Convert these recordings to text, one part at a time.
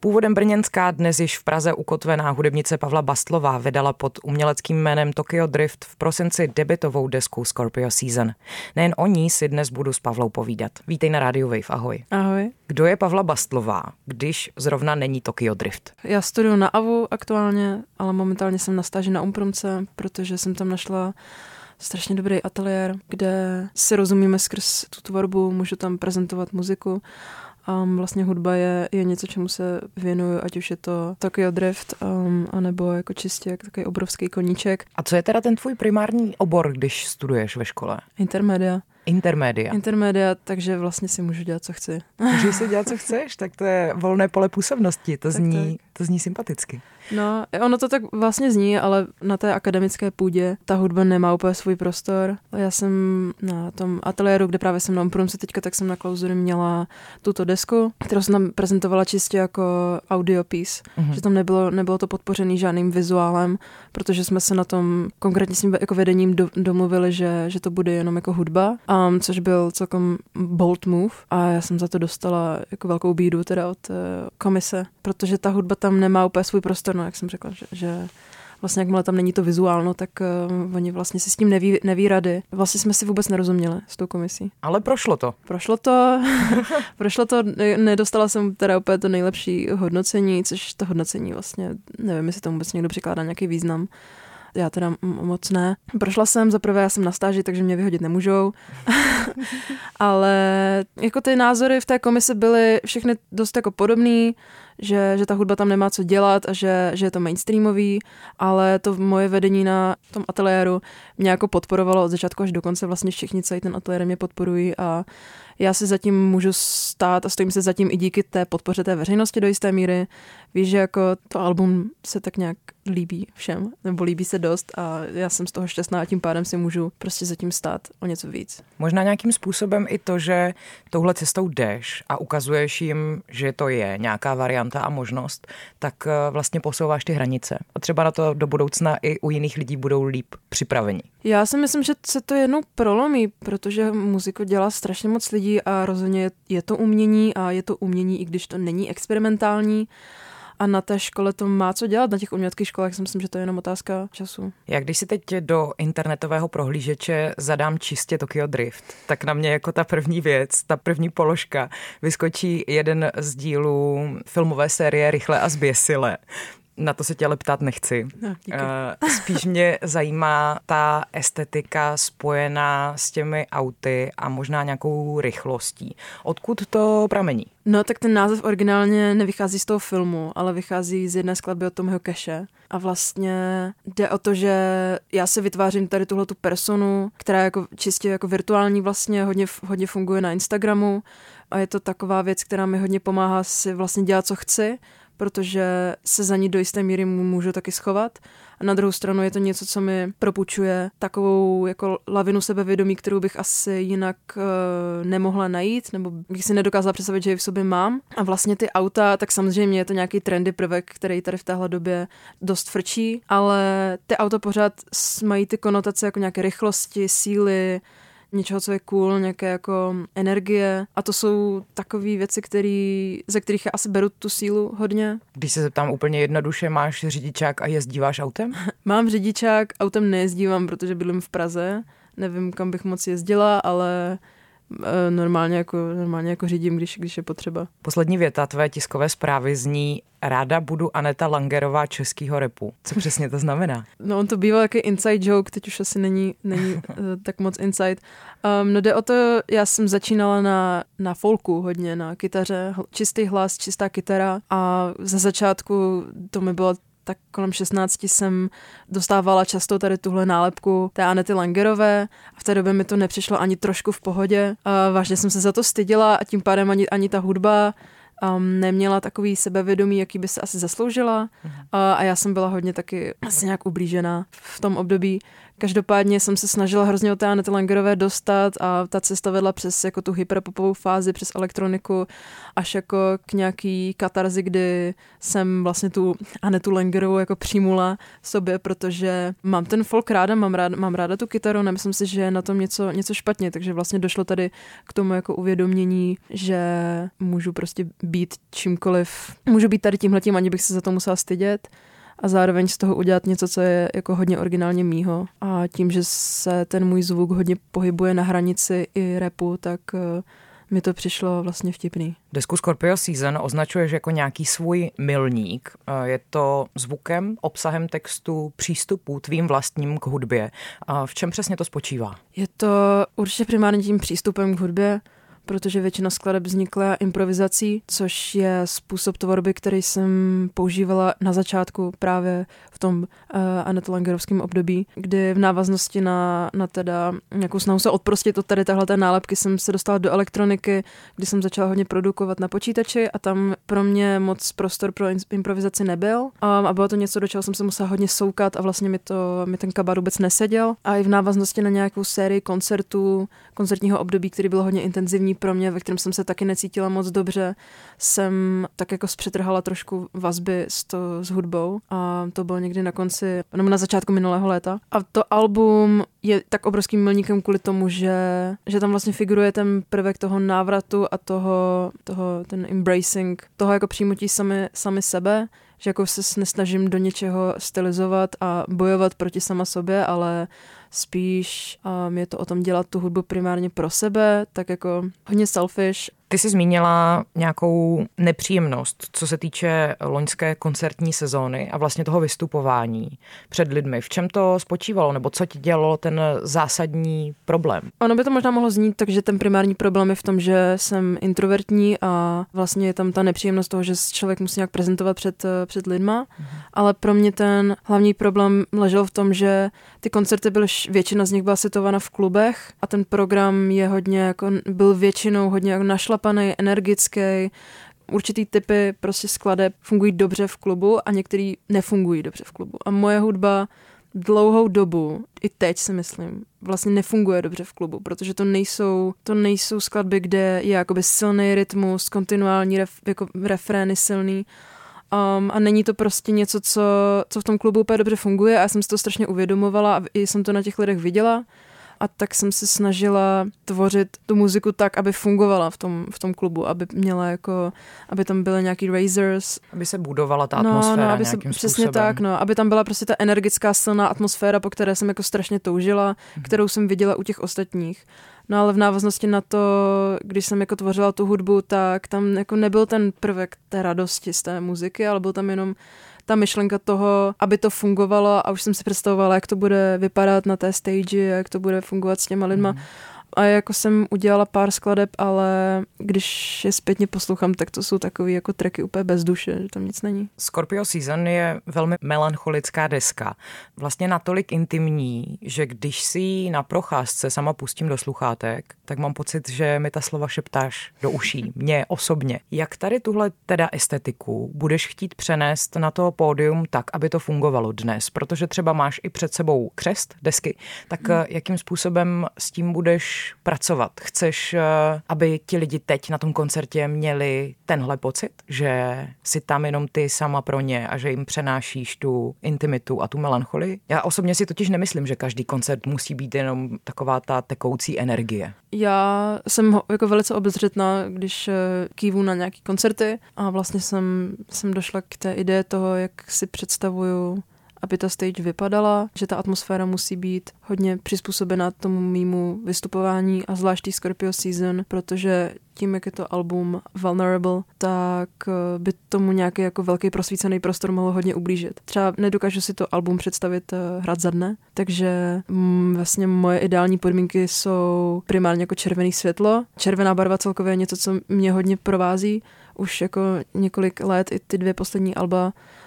Původem brněnská, dnes již v Praze ukotvená hudebnice Pavla Bastlová vydala pod uměleckým jménem Tokyo Drift v prosinci debutovou desku Scorpio Season. Nejen o ní si dnes budu s Pavlou povídat. Vítej na Radio Wave, ahoj. Ahoj. Kdo je Pavla Bastlová, když zrovna není Tokyo Drift? Já studuju na AVU aktuálně, ale momentálně jsem na stáži na Umprumce, protože jsem tam našla strašně dobrý ateliér, kde si rozumíme skrz tu tvorbu, můžu tam prezentovat muziku. Vlastně hudba je něco, čemu se věnuju, ať už je to Tokyo Drift, anebo jako čistě jako takový obrovský koníček. A co je teda ten tvůj primární obor, když studuješ ve škole? Intermédia, takže vlastně si můžu dělat, co chci. Můžeš si dělat, co chceš? Tak to je volné pole působnosti, to zní sympaticky. No, ono to tak vlastně zní, ale na té akademické půdě ta hudba nemá úplně svůj prostor. Já jsem na tom ateliéru, kde právě jsem na Umprumce teďka, tak jsem na klauzury měla tuto desku, kterou jsem tam prezentovala čistě jako audio piece, že tam nebylo to podpořený žádným vizuálem, protože jsme se na tom konkrétně s tím jako vedením domluvili, že to bude jenom jako hudba, což byl celkom bold move a já jsem za to dostala jako velkou bídu teda od komise, protože ta hudba tam nemá úplně svůj prostor. No, jak jsem řekla, že vlastně jakmile tam není to vizuálno, tak oni vlastně si s tím neví rady. Vlastně jsme si vůbec nerozuměli s tou komisí. Ale prošlo to. Prošlo to, nedostala jsem teda úplně to nejlepší hodnocení, což to hodnocení vlastně, nevím, jestli tomu vůbec někdo přikládá nějaký význam. Já teda moc ne. Prošla jsem, zaprvé já jsem na stáži, takže mě vyhodit nemůžou. Ale jako ty názory v té komisi byly všechny dost jako podobný, že ta hudba tam nemá co dělat a že je to mainstreamový, ale to moje vedení na tom ateliéru mě jako podporovalo od začátku až do konce. Vlastně všichni celý ten ateliér mě podporují a já si zatím můžu stát a stojím se zatím i díky té podpoře té veřejnosti do jisté míry. Víš, že jako to album se tak nějak líbí všem, nebo líbí se dost a já jsem z toho šťastná a tím pádem si můžu prostě zatím stát o něco víc. Možná nějakým způsobem i to, že touhle cestou jdeš a ukazuješ jim, že to je nějaká varianta a možnost, tak vlastně posouváš ty hranice. A třeba na to do budoucna i u jiných lidí budou líp připraveni. Já si myslím, že se to jednou prolomí, protože muziku dělá strašně moc lidí a rozhodně je to umění a je to umění, i když to není experimentální. A na té škole to má co dělat, na těch uměleckých školách si myslím, že to je jenom otázka času. Já když si teď do internetového prohlížeče zadám čistě Tokyo Drift, tak na mě jako ta první věc, ta první položka vyskočí jeden z dílů filmové série Rychle a zběsile. Na to se tě ale ptát nechci. No, spíš mě zajímá ta estetika spojená s těmi auty a možná nějakou rychlostí. Odkud to pramení? No tak ten název originálně nevychází z toho filmu, ale vychází z jedné skladby od Tommyho Cashe. A vlastně jde o to, že já si vytvářím tady tuhletu personu, která je jako čistě jako virtuální vlastně, hodně funguje na Instagramu a je to taková věc, která mi hodně pomáhá si vlastně dělat, co chci, protože se za ní do jisté míry můžu taky schovat. A na druhou stranu je to něco, co mi propůjčuje takovou jako lavinu sebevědomí, kterou bych asi jinak nemohla najít, nebo bych si nedokázala představit, že ji v sobě mám. A vlastně ty auta, tak samozřejmě je to nějaký trendy prvek, který tady v téhle době dost frčí, ale ty auta pořád mají ty konotace jako nějaké rychlosti, síly, něčeho, co je cool, nějaké jako energie a to jsou takové věci, ze kterých já asi beru tu sílu hodně. Když se zeptám úplně jednoduše, máš řidičák a jezdíváš autem? Mám řidičák, autem nejezdívám, protože bydlím v Praze, nevím, kam bych moc jezdila, ale normálně jako řídím, když je potřeba. Poslední věta tvé tiskové zprávy zní: ráda budu Aneta Langerová českýho rapu. Co přesně to znamená? No on to býval jaký inside joke, teď už asi není tak moc inside. No jde o to, já jsem začínala na folku hodně, na kytaře, čistý hlas, čistá kytara a ze začátku to mi bylo tak kolem 16 jsem dostávala často tady tuhle nálepku té Anety Langerové a v té době mi to nepřišlo ani trošku v pohodě. Vážně jsem se za to styděla a tím pádem ani ta hudba neměla takový sebevědomí, jaký by se asi zasloužila. A já jsem byla hodně taky asi nějak ublížená v tom období, Každopádně jsem se snažila hrozně od té Anety Langerové dostat a ta cesta vedla přes jako tu hyperpopovou fázi, přes elektroniku, až jako k nějaký katarzi, kdy jsem vlastně tu Anetu Langerovou jako přijmula sobě, protože mám ten folk ráda, mám ráda tu kytaru, nemyslím si, že je na tom něco špatně, takže vlastně došlo tady k tomu jako uvědomění, že můžu prostě být čímkoliv, můžu být tady tímhletím, ani bych se za to musela stydět. A zároveň z toho udělat něco, co je jako hodně originálně mýho. A tím, že se ten můj zvuk hodně pohybuje na hranici i rapu, tak mi to přišlo vlastně vtipný. Desku Scorpio Season označuješ jako nějaký svůj milník. Je to zvukem, obsahem textu, přístupu tvým vlastním k hudbě. A v čem přesně to spočívá? Je to určitě primárně tím přístupem k hudbě, protože většina skladeb vznikla improvizací, což je způsob tvorby, který jsem používala na začátku právě v tom Anety Langerovském období, kdy v návaznosti na teda nějakou snahu se odprostit od tady téhleté nálepky jsem se dostala do elektroniky, kdy jsem začala hodně produkovat na počítači a tam pro mě moc prostor pro improvizaci nebyl a bylo to něco, do čeho jsem se musela hodně soukat a vlastně mi ten kabát vůbec neseděl. A i v návaznosti na nějakou sérii koncertního období, který byl hodně intenzivní pro mě, ve kterém jsem se taky necítila moc dobře, jsem tak jako zpřetrhala trošku vazby s hudbou a to bylo někdy na začátku minulého léta. A to album je tak obrovským milníkem kvůli tomu, že tam vlastně figuruje ten prvek toho návratu a ten embracing, toho jako přijmutí sami sebe, že jako se nesnažím do něčeho stylizovat a bojovat proti sama sobě, ale spíš je to o tom dělat tu hudbu primárně pro sebe, tak jako hodně selfish. Ty jsi zmínila nějakou nepříjemnost, co se týče loňské koncertní sezóny a vlastně toho vystupování před lidmi. V čem to spočívalo, nebo co ti dělalo ten zásadní problém? Ono by to možná mohlo znít, takže ten primární problém je v tom, že jsem introvertní a vlastně je tam ta nepříjemnost toho, že člověk musí nějak prezentovat před lidma, ale pro mě ten hlavní problém ležel v tom, že ty koncerty většina z nich byla situována v klubech a ten program je byl většinou hodně jako našlapaný, energický. Určitý typy prostě skladeb fungují dobře v klubu a některý nefungují dobře v klubu. A moje hudba dlouhou dobu, i teď si myslím, vlastně nefunguje dobře v klubu, protože to nejsou skladby, kde je jakoby silný rytmus, kontinuální refrény silný. A není to prostě něco, co v tom klubu úplně dobře funguje a já jsem si to strašně uvědomovala a i jsem to na těch lidech viděla a tak jsem se snažila tvořit tu muziku tak, aby fungovala v tom klubu, aby tam byly nějaký razors. Aby se budovala ta atmosféra aby nějakým přesně způsobem. tak, aby tam byla prostě ta energická silná atmosféra, po které jsem jako strašně toužila, kterou jsem viděla u těch ostatních. No ale v návaznosti na to, když jsem jako tvořila tu hudbu, tak tam jako nebyl ten prvek té radosti z té muziky, ale byl tam jenom ta myšlenka toho, aby to fungovalo a už jsem si představovala, jak to bude vypadat na té stage, jak to bude fungovat s těma lidma. A jako jsem udělala pár skladeb, ale když je zpětně poslouchám, tak to jsou takový jako tracky úplně bez duše, že tam nic není. Scorpio Season je velmi melancholická deska. Vlastně natolik intimní, že když si ji na procházce sama pustím do sluchátek, tak mám pocit, že mi ta slova šeptáš do uší, mně osobně. Jak tady tuhle teda estetiku budeš chtít přenést na to pódium tak, aby to fungovalo dnes? Protože třeba máš i před sebou křest desky, tak jakým způsobem s tím budeš pracovat? Chceš, aby ti lidi teď na tom koncertě měli tenhle pocit, že jsi tam jenom ty sama pro ně a že jim přenášíš tu intimitu a tu melancholii? Já osobně si totiž nemyslím, že každý koncert musí být jenom taková ta tekoucí energie. Já jsem jako velice obezřetná, když kývu na nějaký koncerty a vlastně jsem došla k té ideje toho, jak si představuju, aby ta stage vypadala, že ta atmosféra musí být hodně přizpůsobená tomu mému vystupování a zvlášť Scorpio Season, protože tím, jak je to album Vulnerable, tak by tomu nějaký jako velký prosvícený prostor mohl hodně ublížit. Třeba nedokážu si to album představit hrát za dne, takže vlastně moje ideální podmínky jsou primárně jako červený světlo. Červená barva celkově je něco, co mě hodně provází. Už jako několik let i ty 2 poslední alba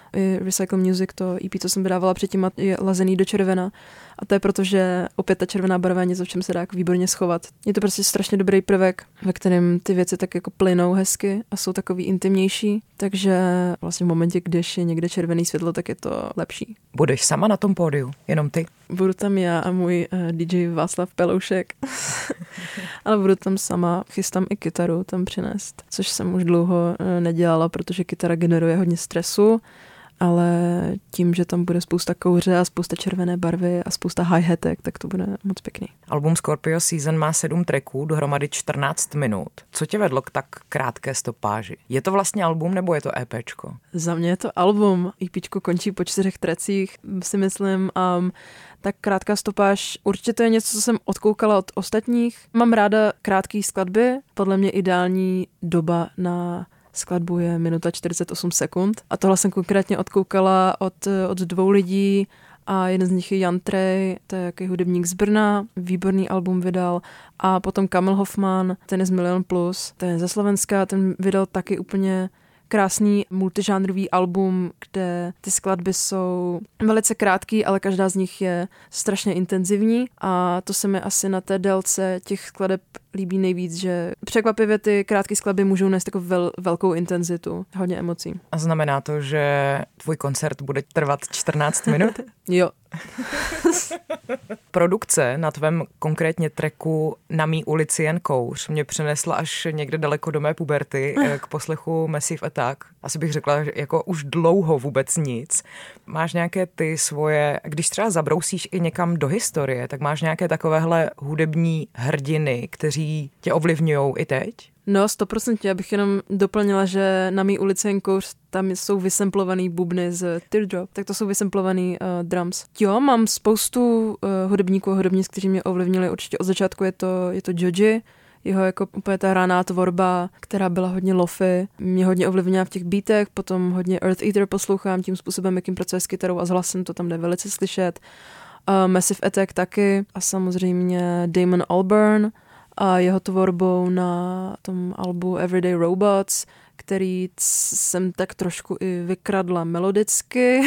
i Recycle Music, to EP, co jsem vydávala předtím, je lazený do červena. A to je proto, že opět ta červená barva je něco, v čem se dá jako výborně schovat. Je to prostě strašně dobrý prvek, ve kterém ty věci tak jako plynou hezky a jsou takový intimnější. Takže vlastně v momentě, když je někde červený světlo, tak je to lepší. Budeš sama na tom pódiu? Jenom ty? Budu tam já a můj DJ Václav Peloušek. Ale budu tam sama, chystám i kytaru tam přinést, což jsem už dlouho nedělala, protože kytara generuje hodně stresu, ale tím, že tam bude spousta kouře a spousta červené barvy a spousta hi-hatek, tak to bude moc pěkný. Album Scorpio Season má 7 tracků, dohromady 14 minut. Co tě vedlo k tak krátké stopáži? Je to vlastně album nebo je to EPčko? Za mě je to album. EPčko končí po 4 tracích, si myslím. Tak krátká stopáž, určitě to je něco, co jsem odkoukala od ostatních. Mám ráda krátké skladby, podle mě ideální doba na skladbu je minuta 48 sekund. A tohle jsem konkrétně odkoukala od 2 lidí a jeden z nich je Jan Trej, to je jaký hudebník z Brna, výborný album vydal. A potom Kamil Hoffman, ten je z Milion Plus, ten je ze Slovenska, ten vydal taky úplně krásný multižánrový album, kde ty skladby jsou velice krátký, ale každá z nich je strašně intenzivní a to se mi asi na té délce těch skladeb líbí nejvíc, že překvapivě ty krátké skladby můžou nést jako velkou intenzitu, hodně emocí. A znamená to, že tvůj koncert bude trvat 14 minut? Jo. Produkce na tvém konkrétně tracku Na mý ulici jen kouř mě přinesla až někde daleko do mé puberty k poslechu Massive Attack. Asi bych řekla, že jako už dlouho vůbec nic. Máš nějaké ty svoje, když třeba zabrousíš i někam do historie, tak máš nějaké takovéhle hudební hrdiny, kteří tě ovlivňujou i teď? No, 100%. Já bych jenom doplnila, že Na mý ulici jen kouř, tam jsou vysemplovaný bubny z Teardrop, tak to jsou vysemplovaný drums. Jo, mám spoustu hudebníků a hudebnic, kteří mě ovlivnili. Určitě od začátku je to Joji, jeho jako úplně ta hraná tvorba, která byla hodně lofi, mě hodně ovlivnila v těch beatech, potom hodně Earth Eater poslouchám tím způsobem, jakým pracuje s kytarou a s hlasem, to tam jde velice slyšet. Massive Attack taky a samozřejmě Damon Albarn a jeho tvorbou na tom albu Everyday Robots, který jsem tak trošku i vykradla melodicky,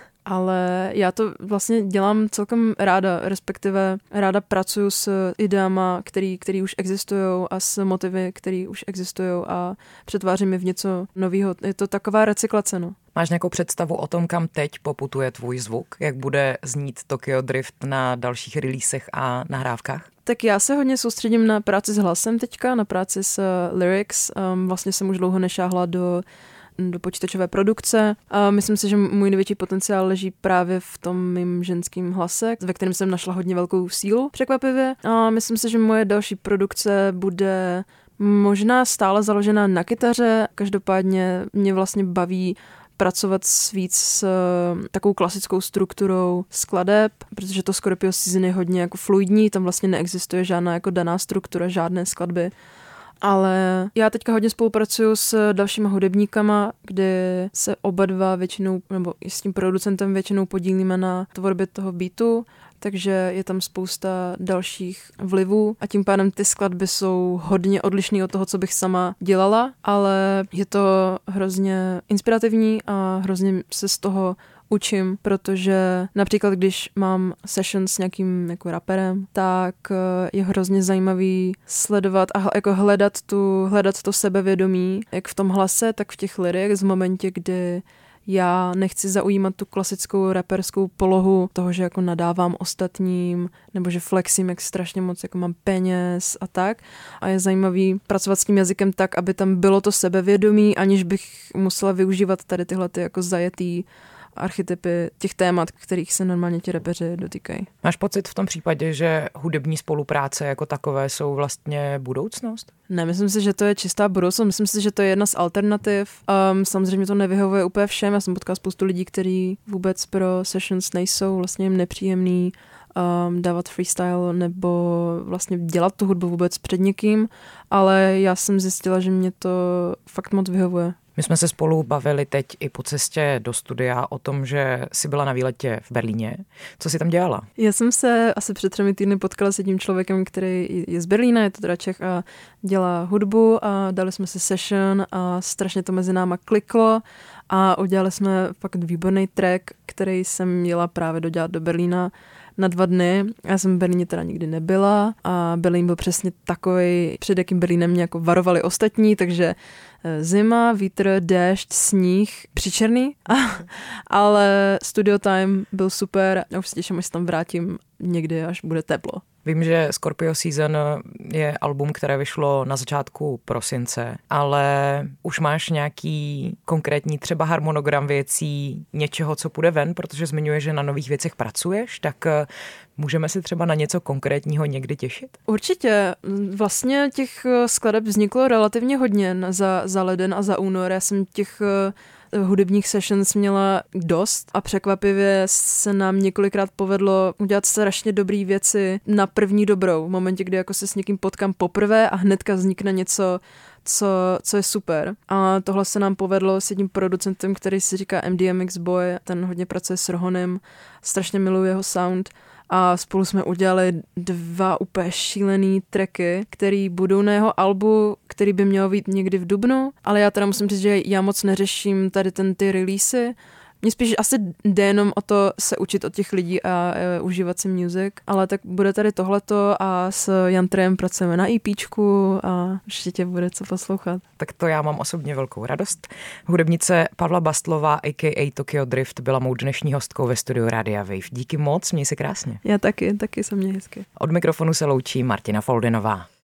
ale já to vlastně dělám celkem ráda, respektive ráda pracuju s ideama, který už existují a s motivy, který už existují a přetvářím je v něco nového. Je to taková recyklace, no. Máš nějakou představu o tom, kam teď poputuje tvůj zvuk? Jak bude znít Tokyo Drift na dalších releasech a nahrávkách? Tak já se hodně soustředím na práci s hlasem teďka, na práci s lyrics. Vlastně jsem už dlouho nešáhla do počítačové produkce. Myslím si, že můj největší potenciál leží právě v tom mým ženským hlase, ve kterém jsem našla hodně velkou sílu, překvapivě. A myslím si, že moje další produkce bude možná stále založená na kytaře. Každopádně mě vlastně baví pracovat víc s takovou klasickou strukturou skladeb, protože to Scorpio Season je hodně jako fluidní, tam vlastně neexistuje žádná jako daná struktura, žádné skladby. Ale já teďka hodně spolupracuju s dalšíma hudebníkama, kdy se oba dva většinou, nebo i s tím producentem většinou podílíme na tvorbě toho beatu, takže je tam spousta dalších vlivů a tím pádem ty skladby jsou hodně odlišný od toho, co bych sama dělala, ale je to hrozně inspirativní a hrozně se z toho učím, protože například když mám session s nějakým jako raperem, tak je hrozně zajímavý sledovat a jako hledat to sebevědomí, jak v tom hlase, tak v těch lyrics, v momentě, kdy já nechci zaujímat tu klasickou raperskou polohu toho, že jako nadávám ostatním, nebo že flexím, jak strašně moc jako mám peněz a tak. A je zajímavý pracovat s tím jazykem tak, aby tam bylo to sebevědomí, aniž bych musela využívat tady tyhle ty jako zajetý archetypy těch témat, kterých se normálně ti rapeři dotýkají. Máš pocit v tom případě, že hudební spolupráce jako takové jsou vlastně budoucnost? Ne, myslím si, že to je čistá budoucnost. Myslím si, že to je jedna z alternativ. Samozřejmě to nevyhovuje úplně všem. Já jsem potkala spoustu lidí, kteří vůbec pro sessions nejsou, vlastně jim nepříjemný dávat freestyle nebo vlastně dělat tu hudbu vůbec před někým, ale já jsem zjistila, že mě to fakt moc vyhovuje. My jsme se spolu bavili teď i po cestě do studia o tom, že jsi byla na výletě v Berlíně. Co jsi tam dělala? Já jsem se asi před 3 týdny potkala s jedním člověkem, který je z Berlína, je to teda Čech a dělá hudbu a dali jsme si session a strašně to mezi náma kliklo a udělali jsme fakt výborný track, který jsem jela právě dodělat do Berlína na 2 dny. Já jsem v Berlíně teda nikdy nebyla a Berlín byl přesně takový, před jakým Berlínem mě jako varovali ostatní, takže zima, vítr, déšť, sníh, příčerný, ale studio time byl super a už se těším, až se tam vrátím někdy, až bude teplo. Vím, že Scorpio Season je album, které vyšlo na začátku prosince, ale už máš nějaký konkrétní třeba harmonogram věcí, něčeho, co půjde ven, protože zmiňuješ, že na nových věcech pracuješ, tak můžeme si třeba na něco konkrétního někdy těšit? Určitě. Vlastně těch skladeb vzniklo relativně hodně za leden a za únor. Já jsem těch hudebních sessions měla dost a překvapivě se nám několikrát povedlo udělat strašně dobrý věci na první dobrou. V momentě, kdy jako se s někým potkám poprvé a hnedka vznikne něco, co je super. A tohle se nám povedlo s jedním producentem, který se říká MDMX Boy, ten hodně pracuje s Rohonem, strašně miluji jeho sound. A spolu jsme udělali 2 úplně šílený tracky, který budou na jeho albu, který by měl být někdy v dubnu, ale já teda musím říct, že já moc neřeším tady ty releasy. Mně spíš asi jde jenom o to se učit od těch lidí a užívat si music, ale tak bude tady tohleto a s Jantrem pracujeme na EPčku a určitě bude co poslouchat. Tak to já mám osobně velkou radost. Hudebnice Pavla Bastlová, a.k.a. Tokyo Drift, byla mou dnešní hostkou ve studiu Rádia Wave. Díky moc, měj se krásně. Já taky se měj hezky. Od mikrofonu se loučí Martina Foldinová.